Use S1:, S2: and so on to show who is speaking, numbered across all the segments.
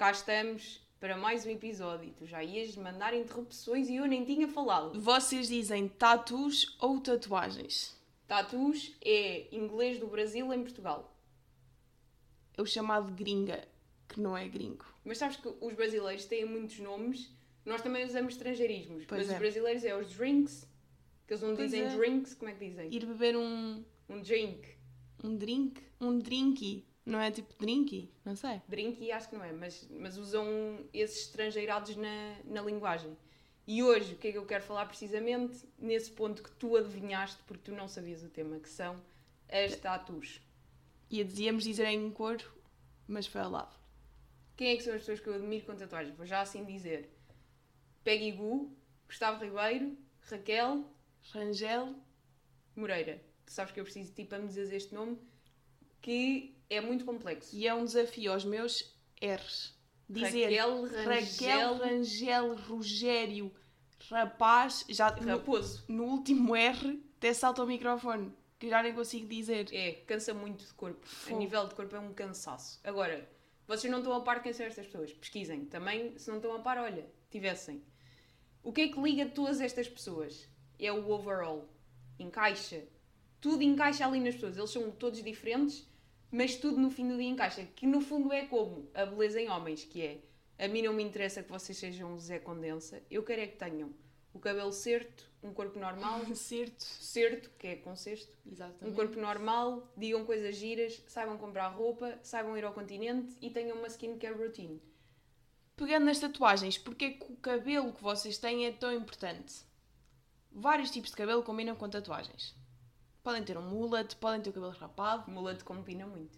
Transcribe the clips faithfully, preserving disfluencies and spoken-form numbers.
S1: cá estamos para mais um episódio. Tu já ias mandar interrupções e eu nem tinha falado.
S2: Vocês dizem tatus ou tatuagens?
S1: Tatus é inglês do Brasil em Portugal.
S2: É o chamado gringa, que não é gringo.
S1: Mas sabes que os brasileiros têm muitos nomes, nós também usamos estrangeirismos.
S2: Pois
S1: mas
S2: é.
S1: Os brasileiros é os drinks, que eles não
S2: Pois
S1: dizem
S2: é.
S1: drinks, como é que dizem?
S2: Ir beber um,
S1: Um drink.
S2: um drink, um drinky, não é tipo drinky? Não sei.
S1: Drink acho que não é, mas, mas usam esses estrangeirados na, na linguagem. E hoje o que é que eu quero falar precisamente nesse ponto que tu adivinhaste porque tu não sabias o tema, que são as tatus.
S2: E dizíamos dizer em cor, mas foi ao lado.
S1: Quem é que são as pessoas que eu admiro com tatuagens? Vou já assim dizer. Peggy Gu, Gustavo Ribeiro, Raquel
S2: Rangel,
S1: Moreira. Tu sabes que eu preciso de ti para me dizer este nome, que é muito complexo.
S2: e é um desafio aos meus R's. Dizer
S1: Raquel, Rangel,
S2: Raquel, Rangel, Rogério, Rapaz, já
S1: Raposo.
S2: no, no último R até salta o microfone, que eu já nem consigo dizer.
S1: É, cansa muito de corpo.
S2: Fogo.
S1: A nível de corpo é um cansaço. Agora, vocês não estão a par quem são estas pessoas. Pesquisem. Também, se não estão a par, olha, tivessem. O que é que liga todas estas pessoas? É o overall. Encaixa. Tudo encaixa ali nas pessoas. Eles são todos diferentes, mas tudo no fim do dia encaixa. Que no fundo é como a beleza em homens, que é: a mim não me interessa que vocês sejam Zé Condensa. Eu quero é que tenham o cabelo certo, um corpo normal,
S2: Certo.
S1: certo, que é com cesto,
S2: Exatamente.
S1: um corpo normal, digam coisas giras, saibam comprar roupa, saibam ir ao continente e tenham uma skincare routine.
S2: Pegando nas tatuagens, porque é que o cabelo que vocês têm é tão importante? Vários tipos de cabelo combinam com tatuagens. Podem ter um mullet, podem ter o cabelo rapado,
S1: Mullet combina muito.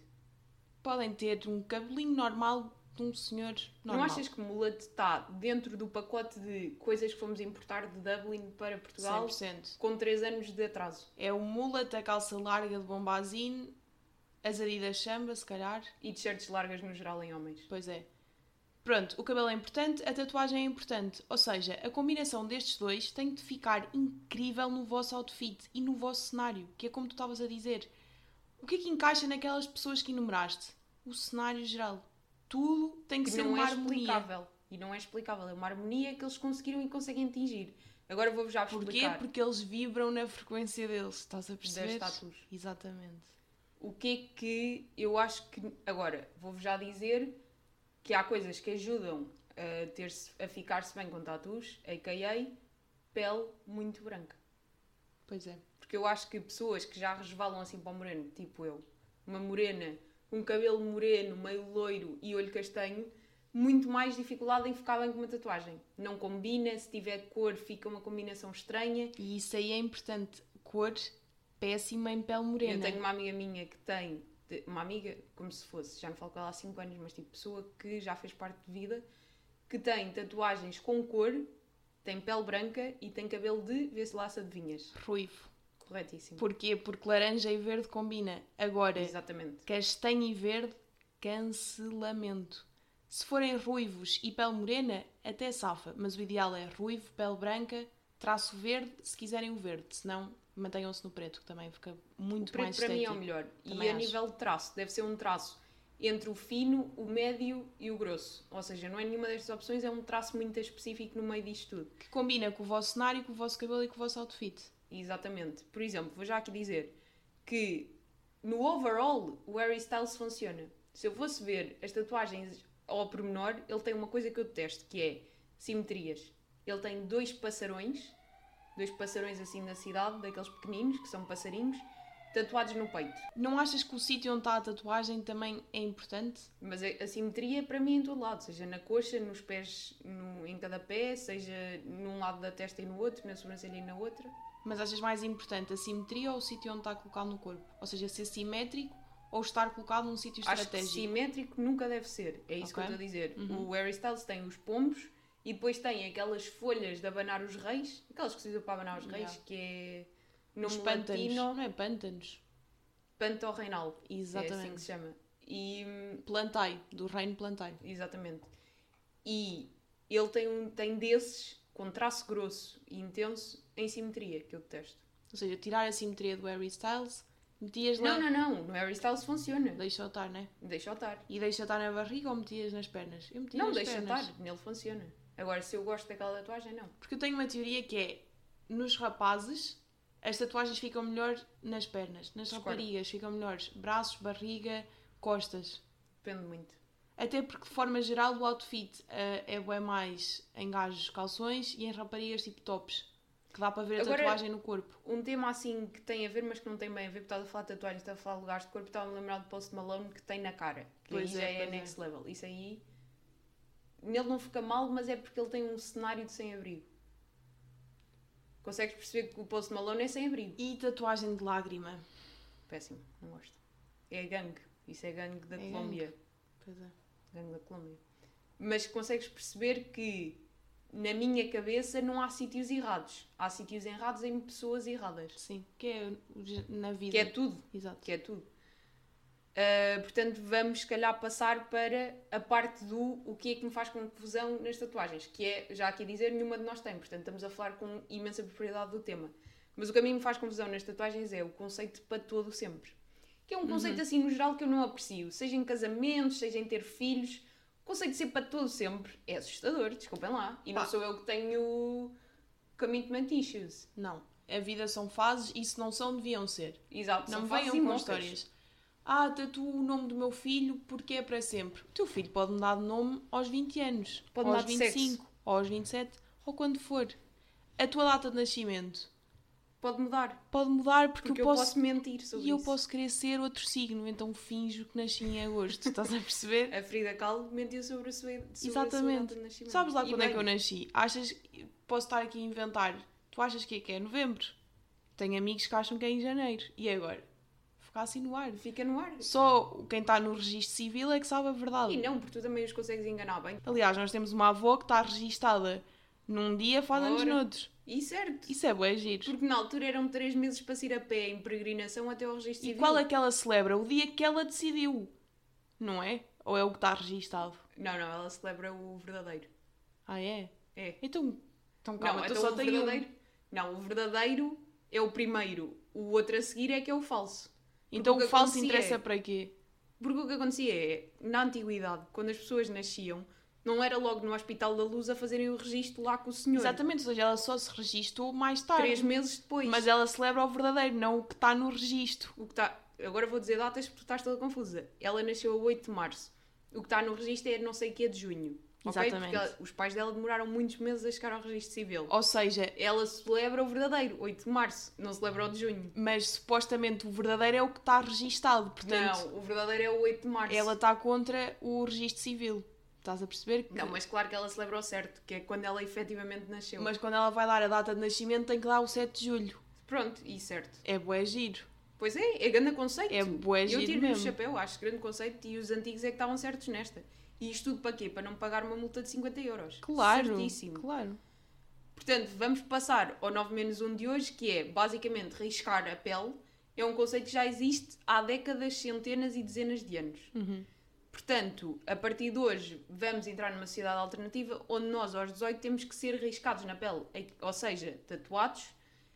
S2: podem ter um cabelinho normal de um senhor normal.
S1: Não achas que mullet está dentro do pacote de coisas que fomos importar de Dublin para Portugal
S2: cem por cento.
S1: com três anos de atraso?
S2: É o mullet, a calça larga de bombazine, as Adidas Chamba, se calhar.
S1: E t-shirts largas no geral em homens.
S2: Pois é. Pronto, o cabelo é importante, a tatuagem é importante. Ou seja, a combinação destes dois tem de ficar incrível no vosso outfit e no vosso cenário, que é como tu estavas a dizer. O que é que encaixa naquelas pessoas que enumeraste? O cenário geral. Tudo tem que,
S1: Que
S2: ser
S1: não
S2: uma
S1: é
S2: harmonia.
S1: explicável. E não é explicável. É uma harmonia que eles conseguiram e conseguem atingir. Agora vou-vos já
S2: Porquê?
S1: explicar.
S2: Porque eles vibram na frequência deles. Estás a perceber?
S1: Das tatus.
S2: Exatamente.
S1: O que é que eu acho que... Agora, vou-vos já dizer que há coisas que ajudam a, ter a ficar-se bem com tatus, a k a pele muito branca.
S2: Pois é.
S1: Porque eu acho que pessoas que já resvalam assim para o moreno, tipo eu, uma morena, com cabelo moreno, meio loiro e olho castanho, muito mais dificuldade em ficar bem com uma tatuagem. Não combina, se tiver cor fica uma combinação estranha.
S2: E isso aí é importante. Cor péssima em pele morena.
S1: Eu tenho uma amiga minha que tem, uma amiga, como se fosse, já não falo com ela há cinco anos, mas tipo pessoa que já fez parte de vida, que tem tatuagens com cor, tem pele branca e tem cabelo de, vê-se lá se adivinhas.
S2: Ruivo.
S1: Corretíssimo.
S2: Porquê? Porque laranja e verde combina. Agora,
S1: Exatamente.
S2: castanho e verde, cancelamento. Se forem ruivos e pele morena, até safa. Mas o ideal é ruivo, pele branca, traço verde, se quiserem o verde. Senão, mantenham-se no preto, que também fica muito
S1: O preto
S2: mais
S1: para mim é
S2: estético.
S1: o melhor.
S2: Também
S1: E a
S2: acho.
S1: nível de traço, deve ser um traço entre o fino, o médio e o grosso. Ou seja, não é nenhuma destas opções, é um traço muito específico no meio disto tudo.
S2: Que combina com o vosso cenário, com o vosso cabelo e com o vosso outfit.
S1: Exatamente. Por exemplo, vou já aqui dizer que no overall o Harry Styles funciona. Se eu fosse ver as tatuagens ao pormenor, ele tem uma coisa que eu detesto, que é simetrias. Ele tem dois passarões, dois passarões assim na cidade, daqueles pequeninos, que são passarinhos, tatuados no peito.
S2: Não achas que o sítio onde está a tatuagem também é importante?
S1: Mas a, a simetria para mim é em todo lado, seja na coxa, nos pés, no, em cada pé, seja num lado da testa e no outro, na sobrancelha e na outra.
S2: Mas achas mais importante a simetria ou o sítio onde está colocado no corpo? Ou seja, ser simétrico ou estar colocado num sítio
S1: Acho que
S2: estratégico?
S1: simétrico nunca deve ser. É isso
S2: Ok.
S1: que eu estou a dizer.
S2: Uhum.
S1: O Harry Styles tem os pombos e depois tem aquelas folhas de abanar os reis, aquelas que se usam para abanar os reis,
S2: Yeah.
S1: que é
S2: Os
S1: nome
S2: pântanos.
S1: latino,
S2: Não é pântanos.
S1: pantorreinal. É
S2: Exatamente.
S1: assim que se chama. E,
S2: Plantai, do reino plantai.
S1: exatamente. E ele tem, um, tem desses com traço grosso e intenso em simetria, que eu detesto.
S2: Ou seja, tirar a simetria do Harry Styles, Metias
S1: Não,
S2: na...
S1: não, não. No Harry Styles funciona.
S2: Deixa-o estar, né?
S1: Deixa eu estar.
S2: E deixa estar na barriga ou metias nas pernas? Eu metia
S1: Não,
S2: nas
S1: deixa
S2: pernas.
S1: estar. Nele funciona. Agora, se eu gosto daquela tatuagem, não.
S2: Porque eu tenho uma teoria que é, nos rapazes, as tatuagens ficam melhor nas pernas. Nas
S1: Discordo.
S2: raparigas ficam melhores braços, barriga, costas.
S1: Depende muito.
S2: Até porque, de forma geral, o outfit uh, é bem mais em gajos calções e em raparigas tipo tops. Que dá para ver a
S1: Agora,
S2: tatuagem no corpo.
S1: Um tema assim que tem a ver, mas que não tem bem a ver, porque estás a falar de tatuagens, estás a falar de lugares de corpo, estava a lembrar do Post Malone que tem na cara. Que
S2: Pois
S1: aí
S2: é,
S1: já é
S2: pois
S1: next
S2: é.
S1: level. Isso aí... Nele não fica mal, mas é porque ele tem um cenário de sem-abrigo. Consegues perceber que o Post Malone é sem-abrigo.
S2: E tatuagem de lágrima.
S1: Péssimo, não gosto. É gangue. Isso é gangue da
S2: É
S1: Colômbia.
S2: Pois é.
S1: Gangue da Colômbia. Mas consegues perceber que na minha cabeça não há sítios errados. Há sítios errados em pessoas erradas.
S2: Sim, que é na vida.
S1: Que é tudo.
S2: Exato.
S1: Que é tudo. Uh, portanto, vamos se calhar passar para a parte do o que é que me faz confusão nas tatuagens. Que é, já aqui dizer, nenhuma de nós tem. Portanto, estamos a falar com imensa propriedade do tema. Mas o que a mim me faz confusão nas tatuagens é o conceito de para todo sempre. Que é um conceito,
S2: Uhum.
S1: assim, no geral, que eu não aprecio. Seja em casamentos, seja em ter filhos. O conceito de ser para todo sempre é assustador, desculpem lá. E não
S2: Pá.
S1: sou eu que tenho commitment issues.
S2: Não. A vida são fases e se não são, deviam ser.
S1: Exato,
S2: Não
S1: são
S2: me
S1: fases
S2: venham
S1: e
S2: com
S1: mocas.
S2: histórias. Ah, tatuo o nome do meu filho porque é para sempre. O teu filho pode mudar de nome aos vinte anos.
S1: Pode
S2: ou
S1: mudar
S2: aos
S1: de
S2: vinte e
S1: sexo.
S2: cinco. Ou aos vinte e sete. Ou quando for. A tua data de nascimento
S1: Pode mudar.
S2: pode mudar porque,
S1: Porque
S2: eu posso...
S1: mentir sobre
S2: E eu
S1: isso.
S2: posso querer ser outro signo. Então finjo que nasci em agosto. Estás a perceber?
S1: A Frida Kahlo mentiu sobre a sua, sobre a sua
S2: Exatamente.
S1: data de nascimento.
S2: Sabes lá
S1: E
S2: quando é
S1: bem,
S2: que eu nasci? Achas... Posso estar aqui a inventar. Tu achas que é que é novembro? Tenho amigos que acham que é em janeiro. E agora? Ficar assim no ar.
S1: Fica no ar.
S2: Só quem está no registro civil é que sabe a verdade.
S1: E não, porque tu também os consegues enganar bem.
S2: Aliás, nós temos uma avó que está registada num dia, faz anos
S1: Ora.
S2: noutros.
S1: E certo.
S2: Isso é bué giro.
S1: Porque na altura eram três meses para se ir a pé em peregrinação até ao registro
S2: E
S1: civil.
S2: qual é que ela celebra? O dia que ela decidiu. Não é? Ou é o que está registado?
S1: Não, não, ela celebra o verdadeiro.
S2: Ah, é?
S1: É.
S2: Então, então calma,
S1: não,
S2: tu
S1: então
S2: só
S1: o
S2: tens
S1: verdadeiro... Não, o verdadeiro é o primeiro. O outro a seguir é que é o falso. Porque
S2: Então
S1: o que
S2: o falso
S1: acontecia
S2: interessa
S1: é-
S2: para quê?
S1: Porque o que acontecia é, na antiguidade, quando as pessoas nasciam, não era logo no Hospital da Luz a fazerem o registro lá com o senhor.
S2: Exatamente, ou seja, ela só se registou mais tarde.
S1: Três meses depois.
S2: Mas ela celebra o verdadeiro, não o que está no registro.
S1: O que está... Agora vou dizer datas porque tu estás toda confusa. Ela nasceu a oito de março. O que está no registro é não sei o que é de junho. ok?
S2: Exatamente.
S1: Porque ela- os pais dela demoraram muitos meses a chegar ao registro civil.
S2: Ou seja,
S1: Ela celebra o verdadeiro, oito de março. Não celebra o de junho.
S2: mas supostamente o verdadeiro é o que está registado. Portanto,
S1: Não, o verdadeiro é o oito de março.
S2: ela está contra o registro civil. Estás a perceber? Que...
S1: Não, mas claro que ela celebra o certo, que é quando ela efetivamente nasceu.
S2: Mas quando ela vai dar a data de nascimento tem que dar o sete de julho.
S1: Pronto, e certo.
S2: É bué giro.
S1: Pois é, é grande conceito.
S2: É bué
S1: Eu
S2: giro
S1: tiro-lhe o
S2: mesmo.
S1: chapéu, acho grande conceito e os antigos é que estavam certos nesta. E isto tudo para quê? Para não pagar uma multa de cinquenta euros.
S2: Claro,
S1: Certíssimo.
S2: claro.
S1: Portanto, vamos passar ao nove menos um de hoje, que é basicamente riscar a pele. É um conceito que já existe há décadas, centenas e dezenas de anos.
S2: Uhum.
S1: Portanto, a partir de hoje, vamos entrar numa sociedade alternativa onde nós, aos dezoito, temos que ser riscados na pele, ou seja, tatuados,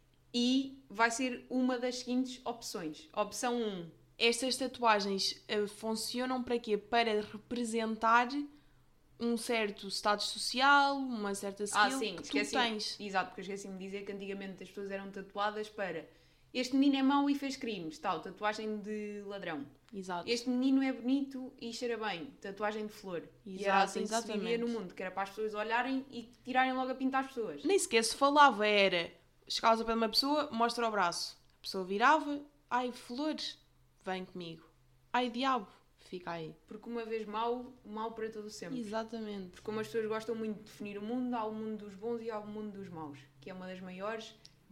S1: e vai ser uma das seguintes opções. Opção um,
S2: Estas tatuagens eh, funcionam para quê? Para representar um certo status social, uma certa skill
S1: ah, sim,
S2: que tu
S1: esqueci.
S2: tens.
S1: Exato, porque eu esqueci-me de dizer que antigamente as pessoas eram tatuadas para este menino é mau e fez crimes, tal, tatuagem de ladrão.
S2: Exato.
S1: Este menino é bonito e cheira bem, tatuagem de flor. e era
S2: Exato,
S1: assim que se vivia
S2: exatamente.
S1: no mundo, que era para as pessoas olharem e tirarem logo a pintar as pessoas.
S2: Nem sequer se falava, era chegavas ao pé de uma pessoa, mostra o braço. A pessoa virava, ai flores, vem comigo. Ai diabo, fica aí.
S1: Porque uma vez mau, mau para todo sempre.
S2: Exatamente.
S1: Porque como as pessoas gostam muito de definir o mundo, há o mundo dos bons e há o mundo dos maus, que é uma das maiores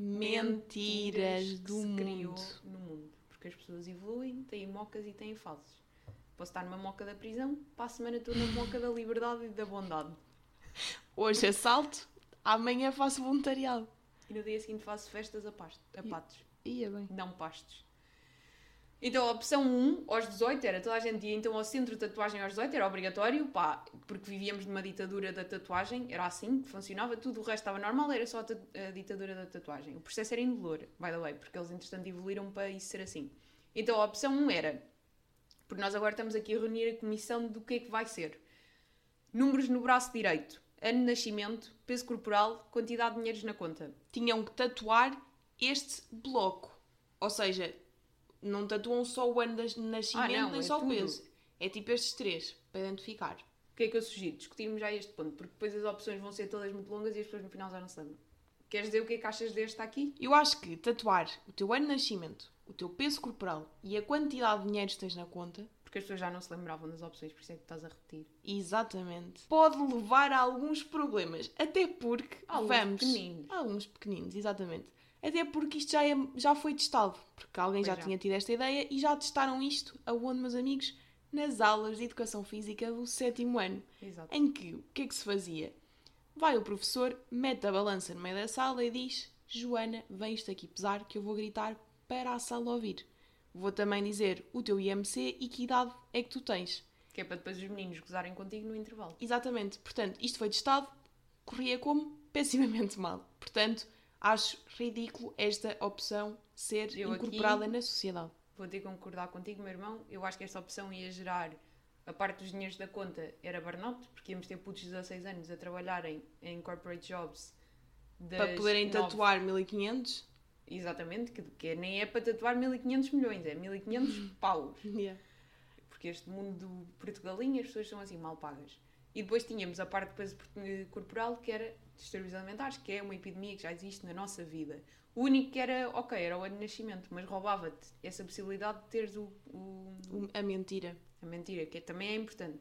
S2: Mentiras do
S1: que se
S2: mundo.
S1: criou no mundo. Porque as pessoas evoluem, têm mocas e têm fases. Posso estar numa moca da prisão, para a semana estou na moca da liberdade e da bondade.
S2: Hoje assalto, amanhã faço voluntariado.
S1: E no dia seguinte faço festas a, pasto, a patos.
S2: Ia bem.
S1: Não pastos. Então a opção um, aos dezoito, era toda a gente ia então ao centro de tatuagem aos dezoito, era obrigatório, pá, porque vivíamos numa ditadura da tatuagem, era assim que funcionava, tudo o resto estava normal, era só a, ta- a ditadura da tatuagem. O processo era indolor, by the way, porque eles entretanto evoluíram para isso ser assim. Então a opção um era, porque nós agora estamos aqui a reunir a comissão do que é que vai ser. Números no braço direito, ano de nascimento, peso corporal, quantidade de dinheiros na conta.
S2: Tinham que tatuar este bloco. Ou seja, não tatuam só o ano de nascimento,
S1: Ah, não,
S2: nem
S1: é
S2: só
S1: tudo.
S2: o peso. É tipo estes três, para identificar.
S1: O que é que eu sugiro? Discutirmos já este ponto, porque depois as opções vão ser todas muito longas e as pessoas no final já não se lembram. Queres dizer o que é que achas deste aqui?
S2: Eu acho que tatuar o teu ano de nascimento, o teu peso corporal e a quantidade de dinheiro que tens na conta,
S1: Porque as pessoas já não se lembravam das opções, por isso é que estás a repetir.
S2: exatamente, pode levar a alguns problemas. Até porque,
S1: Alguns
S2: vamos...
S1: pequeninos.
S2: Alguns pequeninos, exatamente. Até porque isto já, é, já foi testado. Porque alguém
S1: Pois
S2: já,
S1: já.
S2: tinha tido esta ideia e já testaram isto, aonde, meus amigos? Nas aulas de Educação Física do sétimo ano.
S1: Exato.
S2: Em que, o que é que se fazia? Vai o professor, mete a balança no meio da sala e diz: Joana, vens-te aqui pesar que eu vou gritar para a sala ouvir. Vou também dizer o teu I M C e que idade é que tu tens.
S1: Que é para depois os meninos gozarem contigo no intervalo.
S2: Exatamente. Portanto, isto foi testado, corria como? Pessimamente mal. Portanto, acho ridículo esta opção ser
S1: Eu
S2: incorporada
S1: aqui-
S2: na sociedade.
S1: Vou ter que concordar contigo, meu irmão. Eu acho que esta opção ia gerar... A parte dos dinheiros da conta era burnout, porque íamos ter putos de dezasseis anos a trabalharem em corporate jobs. das
S2: Para poderem
S1: nove-
S2: tatuar mil e quinhentos.
S1: Exatamente, que, que nem é para tatuar mil e quinhentos milhões, é mil e quinhentos paus.
S2: Yeah.
S1: Porque este mundo do Portugalinho, as pessoas são assim mal pagas. E depois tínhamos a parte de peso corporal, que era distúrbios alimentares, que é uma epidemia que já existe na nossa vida. O único que era, ok, era o ano de nascimento, mas roubava-te essa possibilidade de teres o, o-
S2: O- A mentira.
S1: a mentira, que é- também é importante.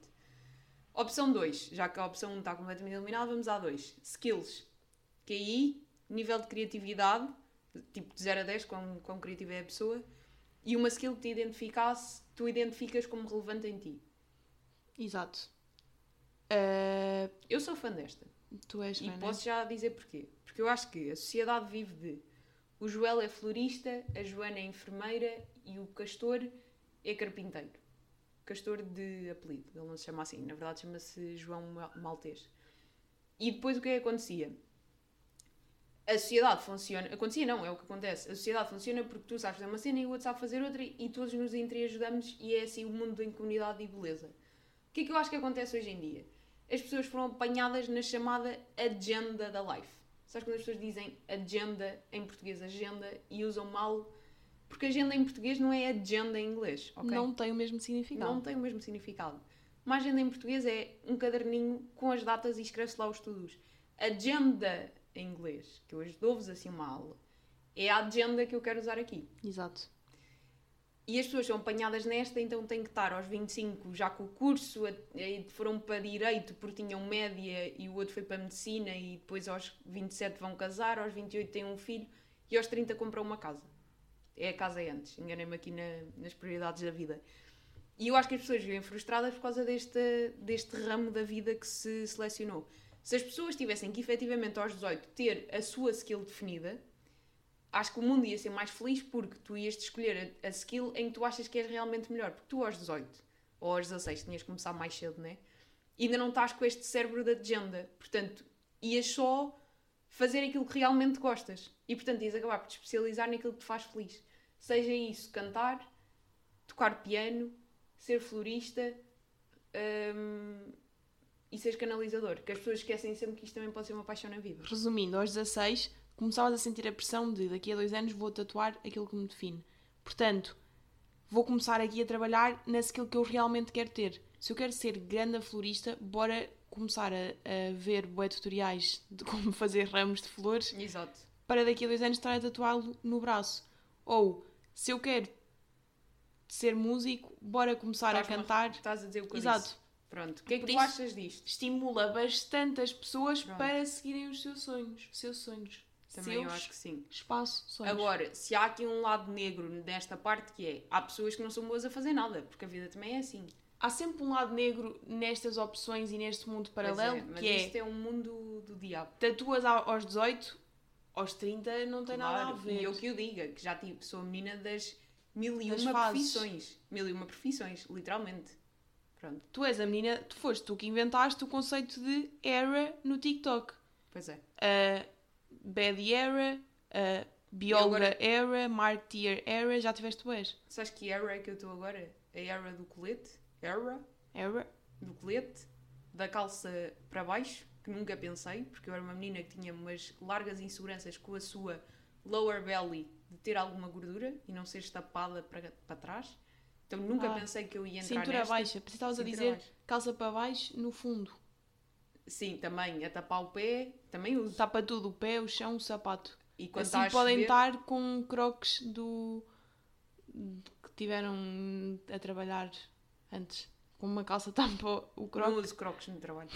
S1: Opção dois, já que a opção um está completamente eliminada, vamos à dois. Skills. Que aí, nível de criatividade, tipo de zero a dez, quão, quão criativa é a pessoa, e uma skill que te identificasse, tu identificas como relevante em ti.
S2: Exato. Ah,
S1: Eu sou fã desta.
S2: tu és
S1: E
S2: fã,
S1: posso já dizer porquê. Porque eu acho que a sociedade vive de... O Joel é florista, a Joana é enfermeira e o Castor é carpinteiro. Castor de apelido, ele não se chama assim. Na verdade chama-se João Maltês. E depois o que é que acontecia? A sociedade funciona... Acontecia não, é o que acontece. A sociedade funciona porque tu sabes fazer uma cena e o outro sabe fazer outra e todos nos entreajudamos e é assim o mundo em comunidade e beleza. O que é que eu acho que acontece hoje em dia? As pessoas foram apanhadas na chamada agenda da life. Sabes quando as pessoas dizem agenda em português, agenda, e usam mal? Porque agenda em português não é agenda em inglês, ok?
S2: Não tem o mesmo significado.
S1: Não tem o mesmo significado. Uma agenda em português é um caderninho com as datas e escreve-se lá os estudos. Agenda em inglês, que eu hoje dou-vos assim uma aula, é a agenda que eu quero usar aqui.
S2: Exato.
S1: E as pessoas são apanhadas nesta, então têm que estar aos vinte e cinco já com o curso, a- foram para Direito porque tinham média e o outro foi para Medicina e depois aos vinte e sete vão casar, aos vinte e oito têm um filho e aos trinta compram uma casa. É a casa antes, enganei-me aqui na- nas prioridades da vida. E eu acho que as pessoas vivem frustradas por causa deste, deste ramo da vida que se selecionou. Se as pessoas tivessem que efetivamente aos dezoito ter a sua skill definida, acho que o mundo ia ser mais feliz porque tu ias escolher a, a skill em que tu achas que és realmente melhor. Porque tu aos dezoito ou aos dezasseis tinhas que começar mais cedo, né? E ainda não estás com este cérebro da agenda. Portanto, ias só fazer aquilo que realmente gostas. E portanto ias acabar por te especializar naquilo que te faz feliz. Seja isso cantar, tocar piano, ser florista hum, e seres canalizador. Que as pessoas esquecem sempre que isto também pode ser uma paixão na vida.
S2: Resumindo, aos dezasseis começavas a sentir a pressão de daqui a dois anos vou tatuar aquilo que me define. Portanto, vou começar aqui a trabalhar na skill que eu realmente quero ter. Se eu quero ser grande florista, bora começar a, a ver bué tutoriais de como fazer ramos de flores
S1: Exato.
S2: para daqui a dois anos estar a tatuá-lo no braço. Ou, se eu quero ser músico, bora começar
S1: Estás-me
S2: a cantar.
S1: Estás a dizer o que eu
S2: Exato.
S1: disse. Pronto. O que é que
S2: Por
S1: tu
S2: isso-
S1: achas disto?
S2: Estimula bastante as pessoas
S1: Pronto.
S2: para seguirem os seus sonhos. Os seus sonhos.
S1: Também
S2: seus
S1: eu acho que sim.
S2: espaço, sonhos.
S1: Agora, se há aqui um lado negro nesta parte que é, há pessoas que não são boas a fazer nada, porque a vida também é assim.
S2: Há sempre um lado negro nestas opções e neste mundo paralelo,
S1: Pois é, mas
S2: que é
S1: isto é um mundo do diabo.
S2: tatuas ao- aos dezoito, aos trinta não tem nada a
S1: Claro.
S2: ver.
S1: E eu que o diga, que já tive, sou a menina das mil e
S2: Das
S1: uma
S2: fases.
S1: profissões. Mil e uma profissões, literalmente. Pronto,
S2: Tu és a menina, tu foste tu que inventaste o conceito de era no TikTok.
S1: pois é.
S2: A bad era, a Bióloga
S1: agora-
S2: era, marketeer era, já tiveste boas.
S1: Sabes que era é que eu estou agora? A era do colete. Era
S2: Era.
S1: do colete. Da calça para baixo. Que nunca pensei. Porque eu era uma menina que tinha umas largas inseguranças com a sua lower belly. De ter alguma gordura. E não ser estapada para, para trás. Então nunca
S2: Ah,
S1: pensei que eu ia entrar
S2: Cintura
S1: nesta.
S2: baixa. Precisavas a
S1: Cintura
S2: dizer
S1: baixa.
S2: calça para baixo, no fundo.
S1: Sim, também. A tapar o pé. Também uso.
S2: Tapa tudo, o pé, o chão, o sapato.
S1: E quando
S2: Assim
S1: está a
S2: podem
S1: chover-
S2: estar com crocs do... que tiveram a trabalhar antes. Com uma calça tampa o
S1: Não
S2: croc.
S1: uso crocs no trabalho.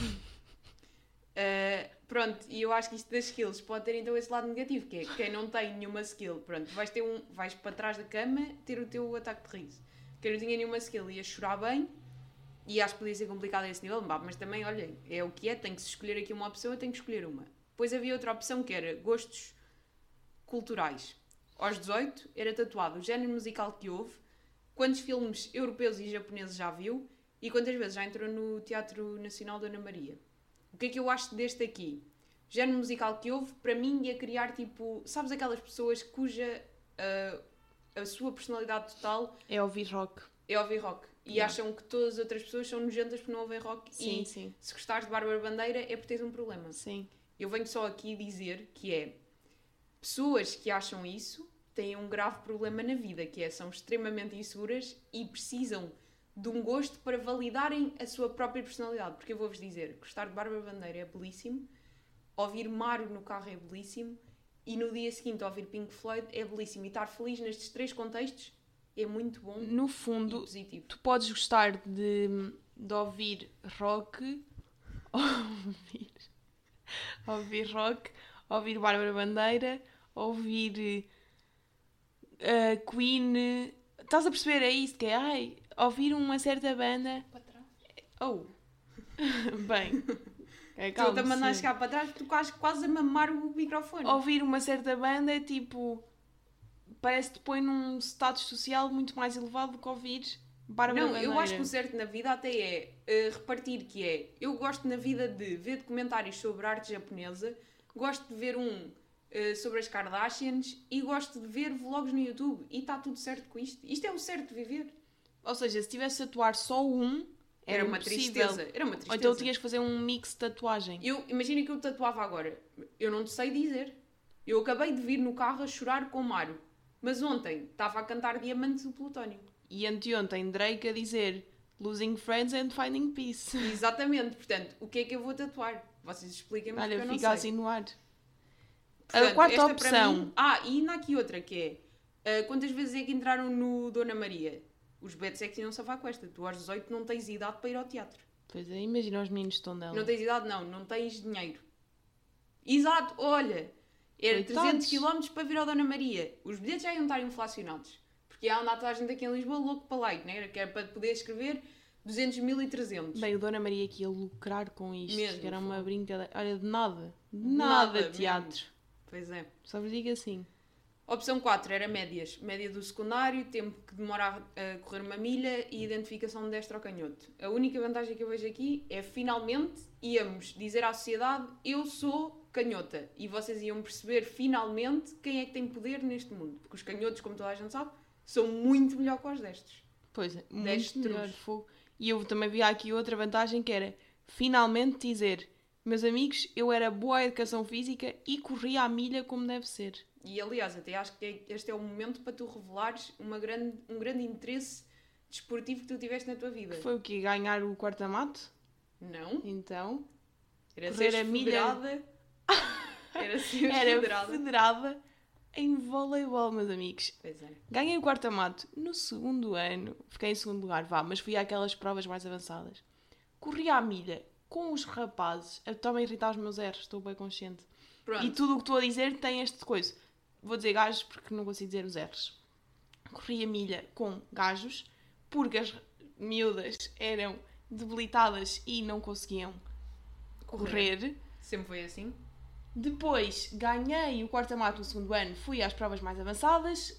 S1: Uh, pronto, e eu acho que isto das skills pode ter então esse lado negativo, que é quem não tem nenhuma skill, pronto, vais, ter um, vais para trás da cama ter o teu ataque de riso. Quem não tinha nenhuma skill ia chorar bem, e acho que podia ser complicado a esse nível, mas também, olhem, é o que é, tem que se escolher aqui uma opção, eu tenho que escolher uma. Depois havia outra opção que era gostos culturais. Aos dezoito era tatuado o género musical que houve, quantos filmes europeus e japoneses já viu, e quantas vezes já entrou no Teatro Nacional Dona Maria. O que é que eu acho deste aqui? O género musical que houve, para mim, ia criar tipo... Sabes aquelas pessoas cuja uh, a sua personalidade total
S2: É ouvir rock.
S1: é ouvir rock. E
S2: Yeah.
S1: acham que todas as outras pessoas são nojentas por não ouvir rock.
S2: Sim,
S1: e
S2: sim.
S1: se gostares de Bárbara Bandeira é por teres um problema.
S2: Sim.
S1: Eu venho só aqui dizer que é... Pessoas que acham isso têm um grave problema na vida, que é, são extremamente inseguras e precisam de um gosto para validarem a sua própria personalidade. Porque eu vou-vos dizer, gostar de Bárbara Bandeira é belíssimo, ouvir Maro no carro é belíssimo, e no dia seguinte ouvir Pink Floyd é belíssimo. E estar feliz nestes três contextos é muito bom
S2: No
S1: e
S2: fundo,
S1: positivo.
S2: tu podes gostar de, de ouvir rock, ouvir, ouvir rock, ouvir Bárbara Bandeira, ouvir uh, Queen. Estás a perceber? É isso que é. Ai, ouvir uma certa banda.
S1: Para trás.
S2: Oh, bem. É,
S1: Estou-te a
S2: calma,
S1: mandar
S2: sim.
S1: chegar para trás porque tu quase, quase a mamar o microfone.
S2: Ouvir uma certa banda é tipo. Parece que te põe num status social muito mais elevado do que ouvir Bárbara
S1: Não,
S2: Bandeira.
S1: eu acho que o certo na vida até é uh, repartir, que é, eu gosto na vida de ver documentários sobre arte japonesa, gosto de ver um uh, sobre as Kardashians e gosto de ver vlogs no YouTube e está tudo certo com isto. Isto é o certo de viver.
S2: Ou seja, se tivesse a tatuar só um, era,
S1: Era uma
S2: impossível.
S1: tristeza. Era uma
S2: Ou
S1: tristeza.
S2: então tinhas que fazer um mix de tatuagem.
S1: Eu, imagina que eu tatuava agora. Eu não te sei dizer. Eu acabei de vir no carro a chorar com o Mário. Mas ontem estava a cantar Diamantes do Plutónio.
S2: E anteontem Drake a dizer Losing Friends and Finding Peace.
S1: Exatamente. Portanto, o que é que eu vou tatuar? Vocês expliquem-me porque
S2: Olha,
S1: eu não
S2: fica
S1: sei.
S2: assim no ar.
S1: Portanto,
S2: a quarta
S1: esta para
S2: opção.
S1: mim- Ah, e ainda há aqui outra que é... uh, quantas vezes é que entraram no Dona Maria? Os betos é que tinham safar com esta. Tu aos dezoito não tens idade para ir ao teatro.
S2: Pois é, imagina os meninos de Tondela.
S1: Não tens idade, não. Não tens dinheiro. Exato, olha. Era
S2: Coitados.
S1: trezentos quilómetros para vir ao Dona Maria. Os bilhetes já iam estar inflacionados. Porque há andar toda a gente aqui em Lisboa louco para lá, né? Que era para poder escrever duzentos mil e trezentos.
S2: Bem, o Dona Maria aqui a lucrar com isto.
S1: Mesmo,
S2: que era uma
S1: fogo.
S2: brincadeira. Olha, de nada. De
S1: Nada
S2: nada,
S1: mesmo.
S2: teatro.
S1: Pois é.
S2: Só vos digo assim.
S1: Opção quatro era médias. Média do secundário, tempo que demora a a correr uma milha e identificação de destro ou canhoto. A única vantagem que eu vejo aqui é finalmente íamos dizer à sociedade eu sou canhota. E vocês iam perceber finalmente quem é que tem poder neste mundo. Porque os canhotos, como toda a gente sabe, são muito melhor que os destros.
S2: Pois é, muito
S1: Destros.
S2: melhor fogo. E eu também vi aqui outra vantagem que era finalmente dizer meus amigos, eu era boa à educação física e corria à milha como deve ser.
S1: E aliás, até acho que este é o momento para tu revelares uma grande, um grande interesse desportivo que tu tiveste na tua vida.
S2: Foi o quê? Ganhar o quarta-mato?
S1: Não?
S2: Então,
S1: Era
S2: Correr
S1: ser
S2: a milha-
S1: federada. Era ser
S2: era
S1: federada.
S2: federada em voleibol, meus amigos.
S1: Pois é.
S2: Ganhei o quarta-mato no segundo ano. Fiquei em segundo lugar, vá, mas fui àquelas provas mais avançadas. Corri à milha com os rapazes. Eu estava a irritar os meus erros, estou bem consciente.
S1: Pronto.
S2: E tudo o que estou a dizer tem este coisa. Vou dizer gajos porque não consigo dizer os erros. Corri a milha com gajos porque as miúdas eram debilitadas e não conseguiam correr.
S1: Sempre foi assim.
S2: Depois ganhei o quarta-mato no segundo ano, fui às provas mais avançadas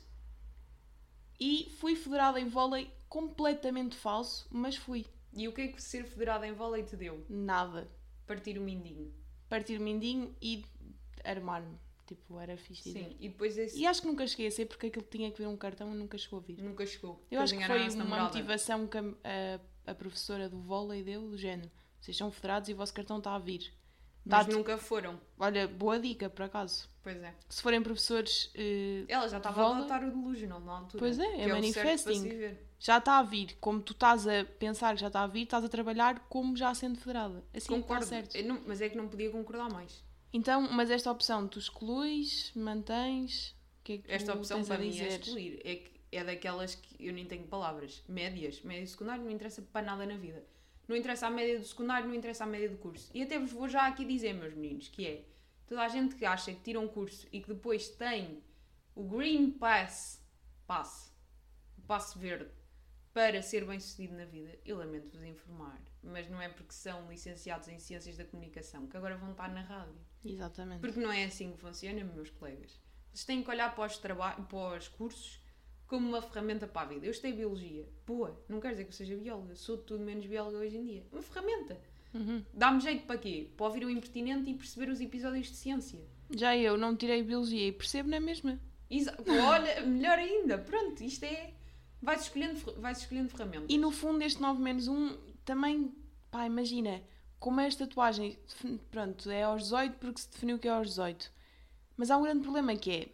S2: e fui federada em vôlei completamente falso, mas fui.
S1: E o que é que ser federada em vôlei te deu?
S2: Nada.
S1: Partir o mindinho.
S2: Partir o mindinho e armar-me. Tipo, era fixe dizer.
S1: Sim, e depois esse...
S2: E acho que nunca cheguei a ser porque aquilo tinha que vir um cartão e nunca chegou a vir.
S1: Nunca chegou.
S2: Eu acho que foi uma motivação que a, a, a professora do vôlei deu, do género. Vocês são federados e o vosso cartão está a vir.
S1: Mas Dá-te... nunca foram.
S2: Olha, boa dica, por acaso.
S1: Pois é.
S2: Se forem professores uh,
S1: Ela já estava a adotar o delusional na altura.
S2: Pois é, é manifesting. É já está a vir. Como tu estás a pensar que já está a vir, estás a trabalhar como já sendo federada. Assim
S1: Concordo.
S2: Está certo.
S1: Eu não, mas é que não podia concordar mais.
S2: Então, mas esta opção tu excluis, mantens... Que é que
S1: esta opção para mim
S2: dizer?
S1: é excluir. É, que é daquelas que eu nem tenho palavras. Médias. Média e secundário não interessa para nada na vida. Não interessa a média do secundário, não interessa a média do curso. E até vos vou já aqui dizer, meus meninos, que é... Toda a gente que acha que tira um curso e que depois tem o Green Pass, passe, o passe verde, para ser bem-sucedido na vida, eu lamento-vos informar. Mas não é porque são licenciados em Ciências da Comunicação que agora vão estar na rádio.
S2: Exatamente.
S1: Porque não é assim que funciona, meus colegas. Vocês têm que olhar para os, traba- para os cursos como uma ferramenta para a vida. Eu estudei Biologia. Boa, não quer dizer que eu seja bióloga. Sou de tudo menos bióloga hoje em dia. Uma ferramenta.
S2: Uhum.
S1: Dá-me jeito para quê? Para ouvir o impertinente e perceber os episódios de ciência.
S2: Já eu não tirei Biologia e percebo na mesma.
S1: Exa- Olha, melhor ainda. Pronto, isto é... Vai-se escolhendo, vai-se escolhendo ferramentas.
S2: E no fundo este nove menos um também... Pá, imagina, como esta tatuagem... Pronto, é aos dezoito porque se definiu que é aos dezoito. Mas há um grande problema que é...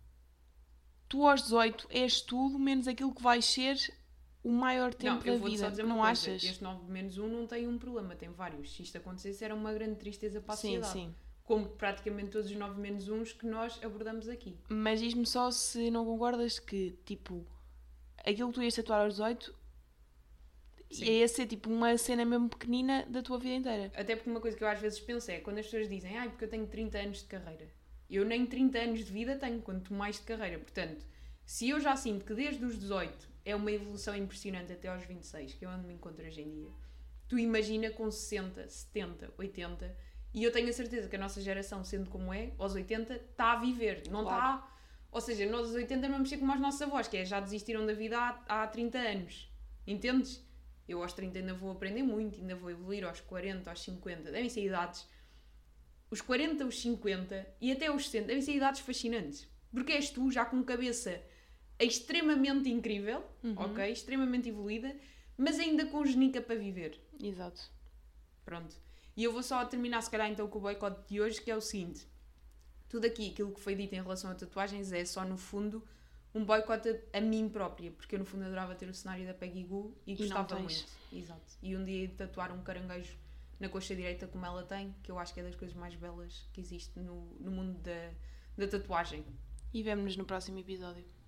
S2: Tu aos dezoito és tudo menos aquilo que vais ser... o maior tempo
S1: não,
S2: da
S1: eu vou
S2: vida,
S1: só dizer
S2: não
S1: uma coisa.
S2: achas?
S1: Este nove menos um não tem um problema, tem vários. Se isto acontecesse era uma grande tristeza para a
S2: sim,
S1: sociedade.
S2: sim.
S1: Como praticamente todos os nove menos uns que nós abordamos aqui.
S2: Mas diz-me só se não concordas que, tipo, aquilo que tu ias tatuar aos dezoito sim. ia ser, tipo, uma cena mesmo pequenina da tua vida inteira.
S1: Até porque uma coisa que eu às vezes penso é, quando as pessoas dizem, ah, porque eu tenho trinta anos de carreira. Eu nem trinta anos de vida tenho, quanto mais de carreira. Portanto, se eu já sinto que desde os dezoito é uma evolução impressionante até aos vinte e seis, que é onde me encontro hoje em dia. Tu imagina com sessenta, setenta, oitenta, e eu tenho a certeza que a nossa geração, sendo como é, aos oitenta, está a viver. Não
S2: claro.
S1: está... Ou seja, nós aos oitenta não vamos ser como os nossos avós, que é, já desistiram da vida há, há trinta anos. Entendes? Eu aos trinta ainda vou aprender muito, ainda vou evoluir aos quarenta, aos cinquenta. Devem ser idades... Os quarenta, os cinquenta e até os sessenta devem ser idades fascinantes. Porque és tu já com cabeça... extremamente incrível, uhum. ok? Extremamente evoluída, mas ainda com genica para viver.
S2: Exato.
S1: Pronto. E eu vou só terminar, se calhar, então com o boicote de hoje, que é o seguinte. Tudo aqui, aquilo que foi dito em relação a tatuagens, é só, no fundo, um boicote a, a mim própria. Porque eu, no fundo, adorava ter o cenário da Peggy Gou e, e gostava muito. Exato. E um dia de tatuar um caranguejo na coxa direita como ela tem, que eu acho que é das coisas mais belas que existe no, no mundo da, da tatuagem.
S2: E vemo-nos no próximo episódio.